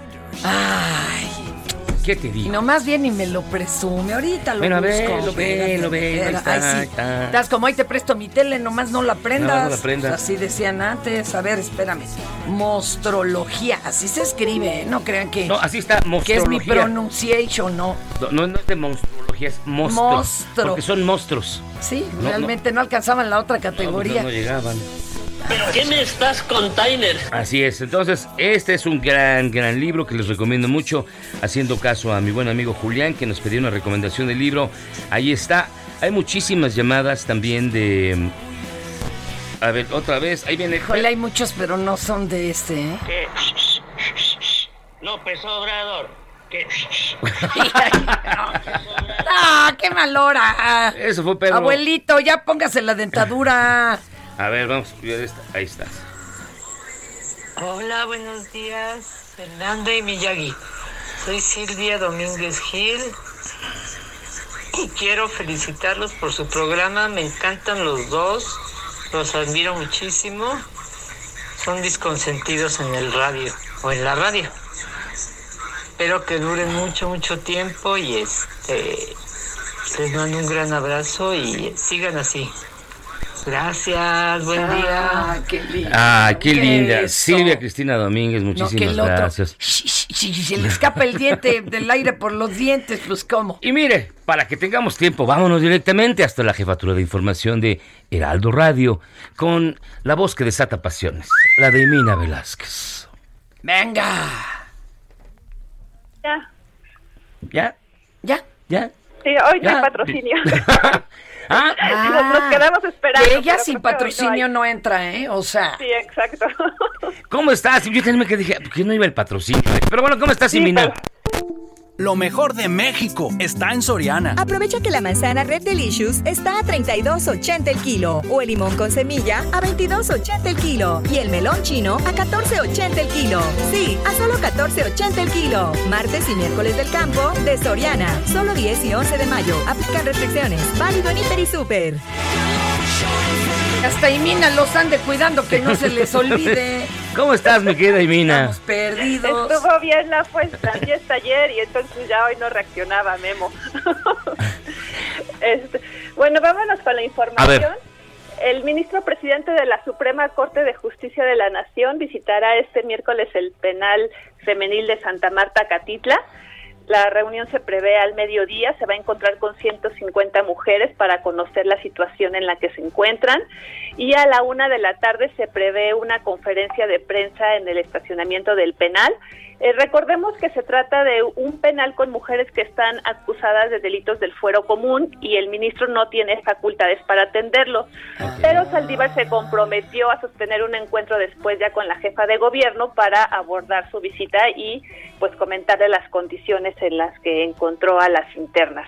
Ay, ¿qué te y digo? nomás bien y me lo presume. Ahorita lo Bueno, a busco. ver, lo ve, Espérate, lo ve, ahí espera. está, Ay, sí. ahí está. Estás como ahí te presto mi tele, nomás no la prendas. No, no la prendas. Así decían antes. A ver, espérame. Mostrología, así se escribe, ¿eh? No crean que, No, así está, que es mi mostrología. pronunciation, no. No, no, no es de monstruología, es monstruo. Monstruo. Porque son monstruos. Sí, No, realmente no. alcanzaban la otra No, categoría. no, no llegaban. ¿Pero qué me estás container? Así es, entonces este es un gran, gran libro que les recomiendo mucho, haciendo caso a mi buen amigo Julián, que nos pidió una recomendación del libro. Ahí está, hay muchísimas llamadas también de... A ver, otra vez, ahí viene... Híjole, hay muchos, pero no son de este, ¿eh? ¿Qué? López Obrador. ¿Qué? ¡Ah, qué mal hora! Eso fue Pedro. Abuelito, ya póngase la dentadura. A ver, vamos a ver esta, ahí está. Hola, buenos días, Fernanda y Miyagi. Soy Silvia Domínguez Gil. y quiero felicitarlos por su programa. Me encantan los dos, los admiro muchísimo. Son mis consentidos en el radio o en la radio. Espero que duren mucho, mucho tiempo y este les mando un gran abrazo y sigan así. Gracias, buen día. Ah, qué linda. Ah, qué linda. Eso. Silvia Cristina Domínguez, No, que muchísimas el otro, gracias. Si se le escapa el diente del aire por los dientes, pues ¿cómo? Y mire, para que tengamos tiempo, vámonos directamente hasta la jefatura de información de Heraldo Radio, con la voz que desata pasiones, la de Imina Velázquez. Venga. Ya. ¿Ya? ¿Ya? ¿Ya? Sí, hoy no Ya. hay patrocinio. ¿Ah? Nos, nos quedamos esperando. Que ella pero sin creo que hoy patrocinio no no entra, ¿eh? O sea. hay. Sí, exacto. ¿Cómo estás? Yo también me quedé, dije, ¿por qué no iba el patrocinio? Pero bueno, ¿cómo estás, Imina? Lo mejor de México está en Soriana. Aprovecha que la manzana Red Delicious está a treinta y dos ochenta el kilo, o el limón con semilla a veintidós ochenta el kilo, y el melón chino a catorce ochenta el kilo. Sí, a solo catorce ochenta el kilo. Martes y miércoles del campo de Soriana. Solo diez y once de mayo. Aplican restricciones. Válido en Hiper y Super. Hasta Imina los ande cuidando que no se les olvide. ¿Cómo estás, mi querida Imina? Estamos perdidos. Estuvo bien la apuesta, ya está ayer y entonces ya hoy no reaccionaba Memo. Este, bueno, vámonos con la información. El ministro presidente de la Suprema Corte de Justicia de la Nación visitará este miércoles el penal femenil de Santa Marta, Catitla. La reunión se prevé al mediodía, se va a encontrar con ciento cincuenta mujeres para conocer la situación en la que se encuentran, y a la una de la tarde se prevé una conferencia de prensa en el estacionamiento del penal. Eh, recordemos que se trata de un penal con mujeres que están acusadas de delitos del fuero común y el ministro no tiene facultades para atenderlo, pero Saldívar se comprometió a sostener un encuentro después ya con la jefa de gobierno para abordar su visita y pues comentarle las condiciones en las que encontró a las internas.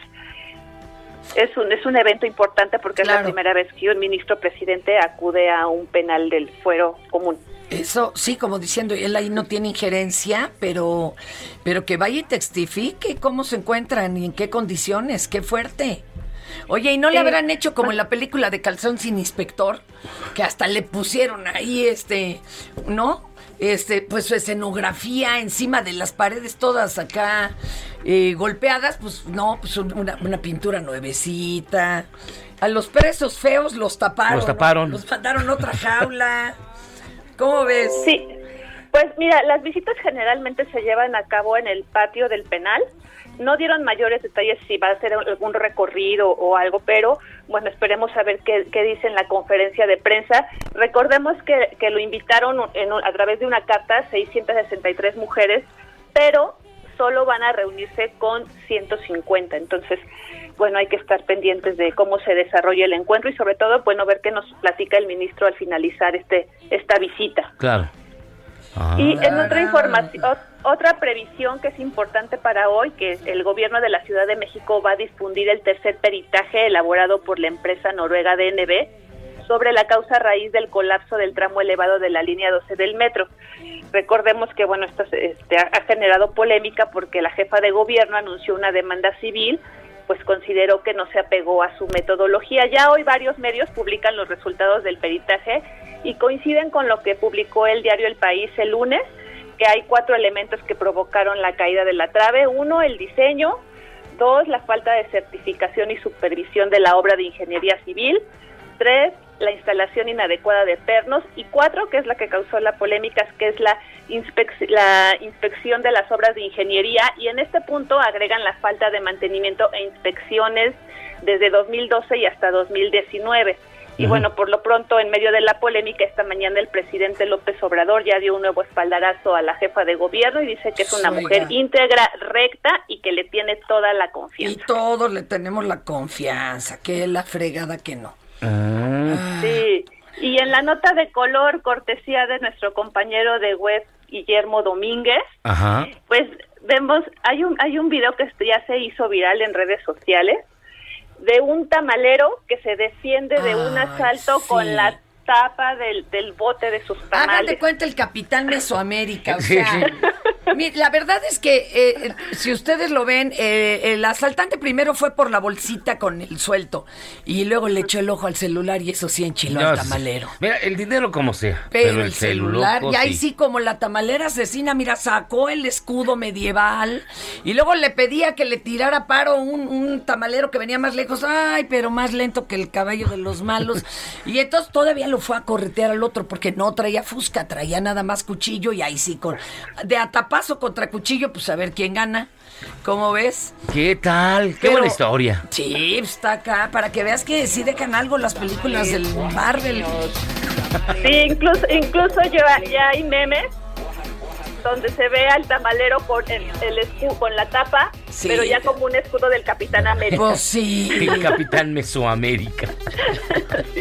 Es un es un evento importante porque claro, es la primera vez que un ministro presidente acude a un penal del fuero común. Eso, sí, como diciendo, él ahí no tiene injerencia, pero, pero que vaya y testifique cómo se encuentran y en qué condiciones, qué fuerte. Oye, ¿y no le habrán hecho como en la película de Calzón sin Inspector? Que hasta le pusieron ahí, este, ¿no? Este, pues su escenografía encima de las paredes todas acá eh, golpeadas, pues no, pues una, una pintura nuevecita. A los presos feos los taparon. Los taparon. ¿no? Los mandaron a otra jaula. ¿Cómo ves? Sí, pues mira, las visitas generalmente se llevan a cabo en el patio del penal. No dieron mayores detalles si va a ser algún recorrido o algo, pero bueno, esperemos a ver qué, qué dice en la conferencia de prensa. Recordemos que, que lo invitaron en, a través de una carta seiscientas sesenta y tres mujeres, pero solo van a reunirse con ciento cincuenta. Entonces, bueno, hay que estar pendientes de cómo se desarrolla el encuentro y sobre todo, bueno, ver qué nos platica el ministro al finalizar este esta visita. Claro. Ah. Y en otra información, otra previsión que es importante para hoy, que el gobierno de la Ciudad de México va a difundir el tercer peritaje elaborado por la empresa noruega D N B sobre la causa raíz del colapso del tramo elevado de la línea doce del metro. Recordemos que bueno, esto este, ha generado polémica porque la jefa de gobierno anunció una demanda civil, pues consideró que no se apegó a su metodología. Ya hoy varios medios publican los resultados del peritaje y coinciden con lo que publicó el diario El País el lunes, que hay cuatro elementos que provocaron la caída de la trave. Uno, el diseño. Dos, la falta de certificación y supervisión de la obra de ingeniería civil. Tres, la instalación inadecuada de pernos. Y cuatro, que es la que causó la polémica, que es la, inspec- la inspección de las obras de ingeniería. Y en este punto agregan la falta de mantenimiento e inspecciones desde dos mil doce y hasta dos mil diecinueve. Y uh-huh. bueno, por lo pronto, en medio de la polémica, esta mañana el presidente López Obrador ya dio un nuevo espaldarazo a la jefa de gobierno y dice que es una Oiga. mujer íntegra, recta y que le tiene toda la confianza. Y todos le tenemos la confianza, que es la fregada que no. Ah. Sí, y en la nota de color, cortesía de nuestro compañero de web, Guillermo Domínguez, Ajá. pues vemos, hay un, hay un video que ya se hizo viral en redes sociales, de un tamalero que se defiende de Ay, un asalto sí. con la tapa del, del bote de sus tamales. Hágate cuenta el Capitán Mesoamérica, o sea, La verdad es que eh, si ustedes lo ven, eh, el asaltante primero fue por la bolsita con el suelto y luego le echó el ojo al celular y eso sí enchiló no, al tamalero. Mira, el dinero como sea, pero, pero el, el celular, celular, y ahí sí. sí como la tamalera asesina, mira, sacó el escudo medieval y luego le pedía que le tirara paro un, un tamalero que venía más lejos, ay, pero más lento que el caballo de los malos. Y entonces todavía lo fue a corretear al otro porque no traía fusca, traía nada más cuchillo y ahí sí, con de atapazo contra cuchillo, pues a ver quién gana. ¿Cómo ves? ¿Qué tal? Qué Pero, buena historia. Sí, está acá, para que veas que sí dejan algo las películas del Marvel. Sí, incluso, incluso ya, ya hay memes donde se ve al tamalero con el, el escudo, con la tapa, sí. pero ya como un escudo del Capitán América. Pues sí. El Capitán Mesoamérica. Sí.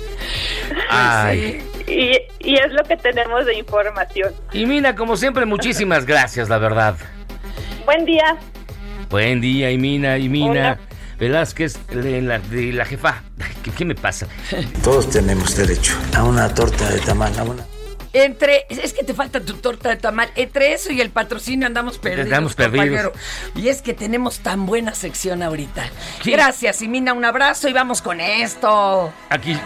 Ay. Sí. Y, y es lo que tenemos de información. Y Mina, como siempre, muchísimas gracias, la verdad. Buen día. Buen día, Imina, Imina. Hola. Velázquez, de la, de la jefa. ¿Qué, ¿Qué me pasa? Todos tenemos derecho a una torta de tamal, a una... Entre, es que te falta tu torta de tamal. Entre eso y el patrocinio andamos perdidos. Andamos perdidos. Y es que tenemos tan buena sección ahorita. ¿Qué? Gracias, Imina, un abrazo y vamos con esto. Aquí.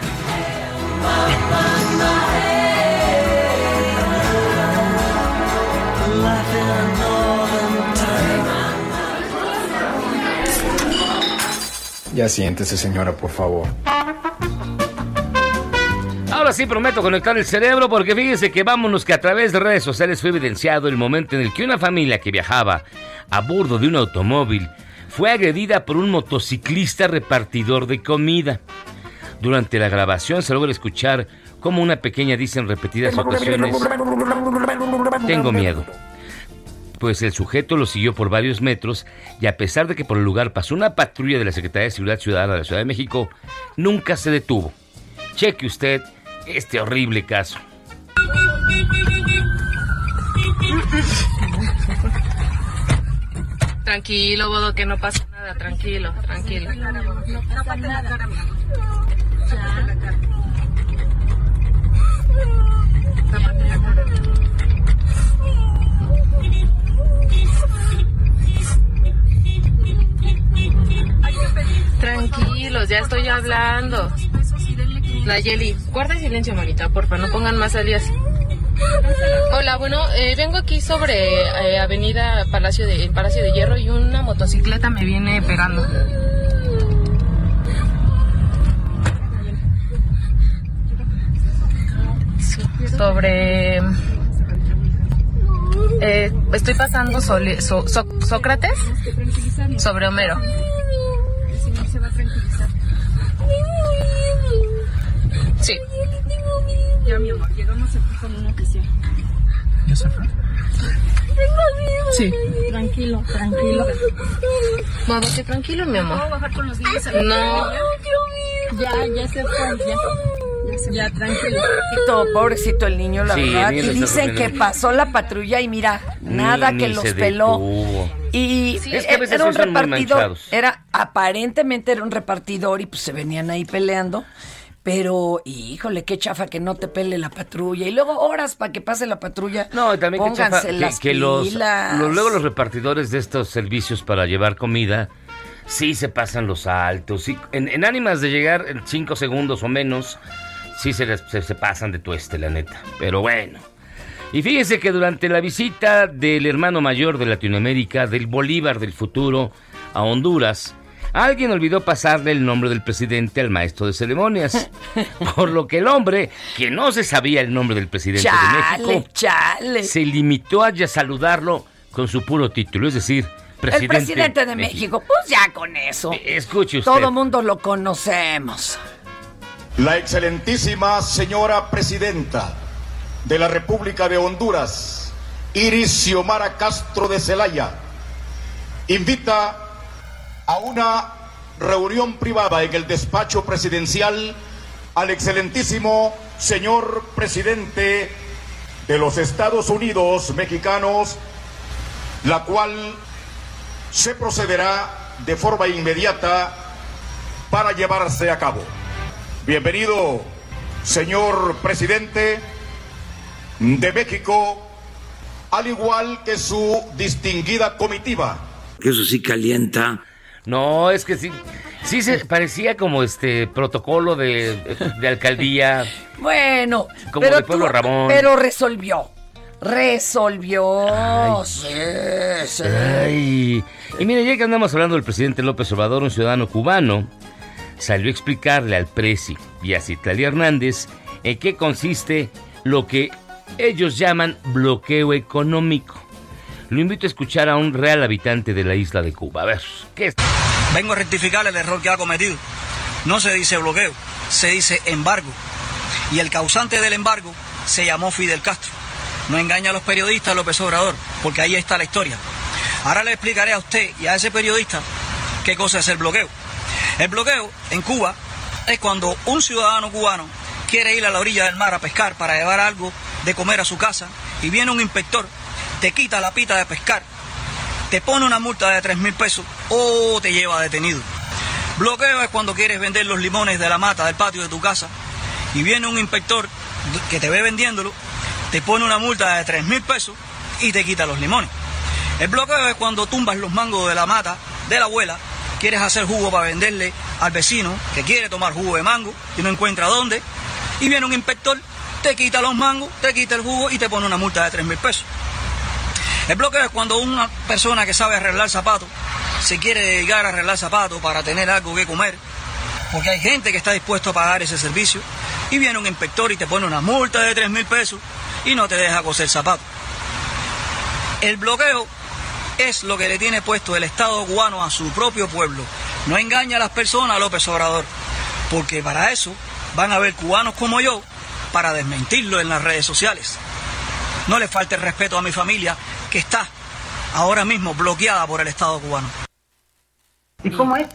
Ya siéntese, señora, por favor. Ahora sí prometo conectar el cerebro porque fíjense que vámonos que a través de redes sociales fue evidenciado el momento en el que una familia que viajaba a bordo de un automóvil fue agredida por un motociclista repartidor de comida. Durante la grabación se logra escuchar cómo una pequeña dice en repetidas ocasiones: tengo miedo. Pues el sujeto lo siguió por varios metros y a pesar de que por el lugar pasó una patrulla de la Secretaría de Seguridad Ciudadana de la Ciudad de México, nunca se detuvo. Cheque usted este horrible caso. Tranquilo, Bodo, que no pasa nada. Tranquilo, tranquilo. No pasa nada. Tranquilos, ya estoy hablando. Nayeli, guarda silencio, manita, porfa, no pongan más alias. Hola, bueno, eh, vengo aquí sobre eh, Avenida Palacio de Palacio de Hierro y una motocicleta me viene pegando. Sobre... Eh, estoy pasando sole, so, so, Sócrates sobre Homero. Sí. Ya, mi amor, llegamos aquí con una oficial. ¿Ya se fue? Sí. Tranquilo, tranquilo. Bájate tranquilo, mi amor. ¿Puedo bajar con los niños a la No. Ya, ya se fue, ya. Ya, tranquilo. Pobrecito, pobrecito el niño, la Sí, verdad. el niño Y está dicen que sufriendo. pasó la patrulla y mira, nada Ni- que ni los se peló. detuvo. Y Sí, es que a veces era un sí son muy repartidor. manchados. Era, aparentemente era un repartidor y pues se venían ahí peleando. Pero, híjole, qué chafa que no te pele la patrulla. Y luego horas para que pase la patrulla. No, y también que, chafa, Pónganse que, las que los, pilas. los- luego los repartidores de estos servicios para llevar comida sí se pasan los altos. Sí, en, en ánimas de llegar en cinco segundos o menos, sí se, les- se, se pasan de tueste, la neta. Pero bueno. Y fíjense que durante la visita del hermano mayor de Latinoamérica, del Bolívar del futuro, a Honduras, alguien olvidó pasarle el nombre del presidente al maestro de ceremonias. Por lo que el hombre, que no se sabía el nombre del presidente Chale, de México, chale. se limitó a ya saludarlo con su puro título, es decir, presidente, El presidente de México. Pues ya con eso. Escuche usted. Todo mundo lo conocemos. La excelentísima señora presidenta de la República de Honduras, Iris Xiomara Castro de Celaya, invita a una reunión privada en el despacho presidencial al excelentísimo señor presidente de los Estados Unidos mexicanos, la cual se procederá de forma inmediata para llevarse a cabo. Bienvenido, señor presidente de México, al igual que su distinguida comitiva. Eso sí calienta. No, es que sí, sí se parecía como este protocolo de, de alcaldía. Bueno, como pero de Pueblo tú- Ramón. Pero resolvió. Resolvió. Ay. Sí, sí. Ay. Y mire, ya que andamos hablando del presidente López Obrador, un ciudadano cubano salió a explicarle al presi y a Citlali Hernández en qué consiste lo que ellos llaman bloqueo económico. Lo invito a escuchar a un real habitante de la isla de Cuba. A ver, ¿qué es? Vengo a rectificar el error que ha cometido. No se dice bloqueo, se dice embargo. Y el causante del embargo se llamó Fidel Castro. No engaña a los periodistas López Obrador, porque ahí está la historia. Ahora le explicaré a usted y a ese periodista qué cosa es el bloqueo. El bloqueo en Cuba es cuando un ciudadano cubano quiere ir a la orilla del mar a pescar para llevar algo de comer a su casa y viene un inspector, te quita la pita de pescar, te pone una multa de tres mil pesos o te lleva detenido. Bloqueo es cuando quieres vender los limones de la mata del patio de tu casa y viene un inspector que te ve vendiéndolo, te pone una multa de tres mil pesos y te quita los limones. El bloqueo es cuando tumbas los mangos de la mata de la abuela, quieres hacer jugo para venderle al vecino que quiere tomar jugo de mango y no encuentra dónde, y viene un inspector, te quita los mangos, te quita el jugo y te pone una multa de tres mil pesos. El bloqueo es cuando una persona que sabe arreglar zapatos se quiere dedicar a arreglar zapatos para tener algo que comer, porque hay gente que está dispuesto a pagar ese servicio, y viene un inspector y te pone una multa de tres mil pesos y no te deja coser zapatos. El bloqueo es lo que le tiene puesto el Estado cubano a su propio pueblo. No engaña a las personas, López Obrador, porque para eso van a haber cubanos como yo para desmentirlo en las redes sociales. No le falte el respeto a mi familia, que está ahora mismo bloqueada por el Estado cubano. ¿Y cómo es?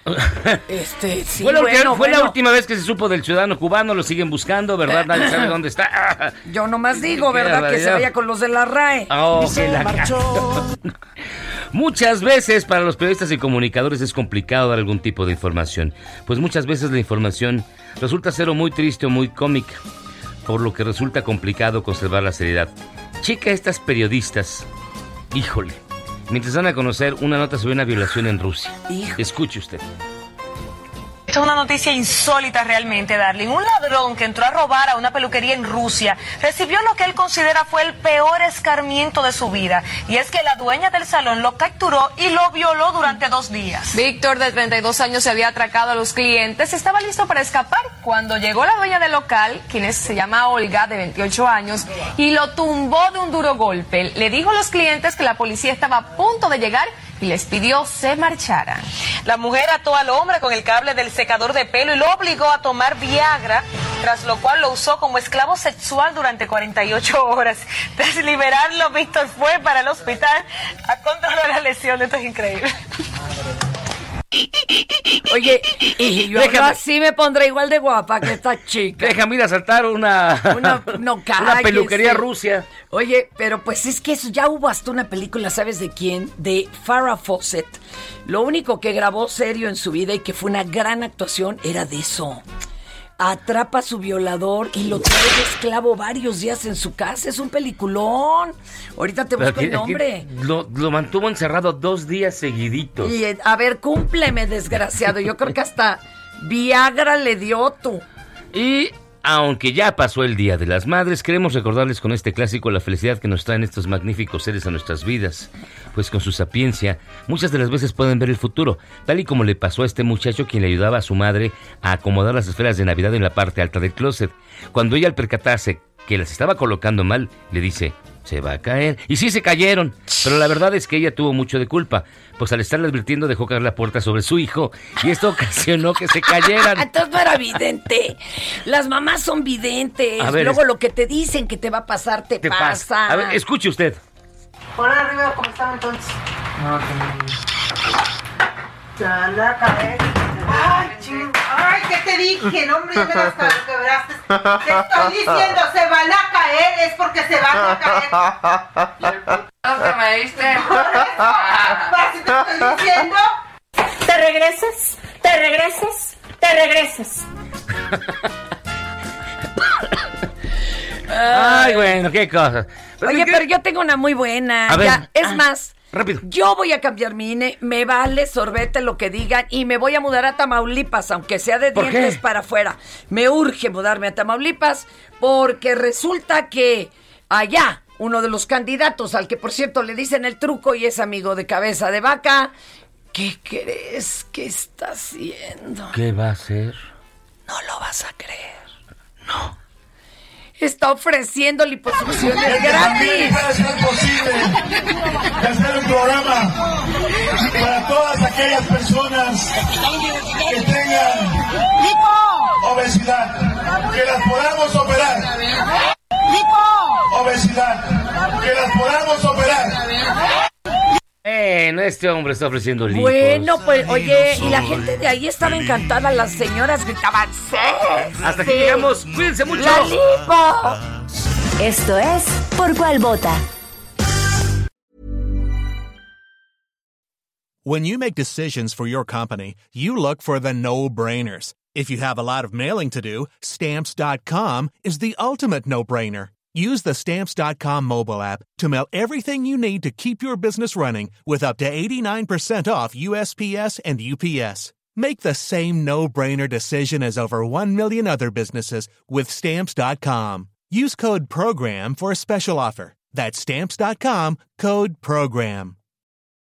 Este, sí, fue la, bueno, fue bueno. la última vez que se supo del ciudadano cubano, lo siguen buscando, ¿verdad? Nadie sabe dónde está. Yo nomás digo, ¿verdad? Que se vaya con los de la R A E. Oh, que la Muchas veces para los periodistas y comunicadores es complicado dar algún tipo de información, pues muchas veces la información resulta ser o muy triste o muy cómica, por lo que resulta complicado conservar la seriedad. Chica, estas periodistas, híjole, mientras van a conocer una nota sobre una violación en Rusia. Hijo. Escuche usted. Esto es una noticia insólita realmente, Darling. Un ladrón que entró a robar a una peluquería en Rusia recibió lo que él considera fue el peor escarmiento de su vida. Y es que la dueña del salón lo capturó y lo violó durante dos días. Víctor, de treinta y dos años, se había atracado a los clientes. Estaba listo para escapar cuando llegó la dueña del local, quien es, se llama Olga, de veintiocho años, y lo tumbó de un duro golpe. Le dijo a los clientes que la policía estaba a punto de llegar y les pidió se marcharan. La mujer ató al hombre con el cable del secador de pelo y lo obligó a tomar Viagra, tras lo cual lo usó como esclavo sexual durante cuarenta y ocho horas. Tras liberarlo, Víctor fue para el hospital a controlar la lesión. Esto es increíble. Oye, y yo Déjame. ahora sí me pondré igual de guapa que esta chica. Déjame ir a saltar una, Una, no, una cállese. peluquería Rusia. Oye, pero pues es que eso ya hubo hasta una película, ¿sabes de quién? De Farrah Fawcett. Lo único que grabó serio en su vida y que fue una gran actuación era de eso. Atrapa a su violador y lo trae de esclavo varios días en su casa. Es un peliculón. Ahorita te busco Pero el que- nombre. que Lo, lo mantuvo encerrado dos días seguiditos. Y eh, a ver, cúmpleme, desgraciado. Yo creo que hasta Viagra le dio tú. Y aunque ya pasó el Día de las Madres, queremos recordarles con este clásico la felicidad que nos traen estos magníficos seres a nuestras vidas. Pues con su sapiencia, muchas de las veces pueden ver el futuro, tal y como le pasó a este muchacho quien le ayudaba a su madre a acomodar las esferas de Navidad en la parte alta del closet. Cuando ella, al percatarse que las estaba colocando mal, le dice: se va a caer. Y sí se cayeron, pero la verdad es que ella tuvo mucho de culpa, pues al estarle advirtiendo dejó caer la puerta sobre su hijo y esto ocasionó que se cayeran. Entonces no era vidente. Las mamás son videntes. A ver, Luego es- lo que te dicen que te va a pasar, te, Te pasa. pasa. A ver, escuche usted. Hola, Rivero, ¿cómo están entonces? No, Se van a caer. Ay, ching. Ay, ¿qué te dije? No, hombre, ya me las quebraste. Te estoy diciendo, se van a caer, es porque se van a caer. ¿Lo que me diste? ¿Para si te estoy diciendo? Te regresas, te regresas, te regresas. Ay, bueno, qué cosas. Pero Oye, ¿qué? pero yo tengo una muy buena. A ver, ya, es ah, más, rápido. Yo voy a cambiar mi I N E, me vale sorbete lo que digan y me voy a mudar a Tamaulipas, aunque sea de ¿Por dientes qué? para afuera. Me urge mudarme a Tamaulipas porque resulta que allá uno de los candidatos, al que por cierto le dicen el truco y es amigo de Cabeza de Vaca, ¿qué crees que está haciendo? ¿Qué va a hacer? No lo vas a creer. No. Está ofreciendo liposucciones gratis. Es posible de hacer un programa para todas aquellas personas que tengan obesidad, que las podamos operar. Obesidad, que las podamos operar. Bueno, este hombre está ofreciendo lipos. Bueno, pues, oye, y la gente de ahí estaba encantada, las señoras gritaban, ¡sí! Hasta que llegamos, cuídense mucho. ¡La lipo! Esto es Por Cuál Vota. When you make decisions for your company, you look for the no-brainers. If you have a lot of mailing to do, Stamps dot com is the ultimate no-brainer. Use the Stamps dot com mobile app to mail everything you need to keep your business running with up to eighty-nine percent off U S P S and U P S. Make the same no-brainer decision as over one million other businesses with Stamps dot com. Use code PROGRAM for a special offer. That's Stamps dot com, code PROGRAM.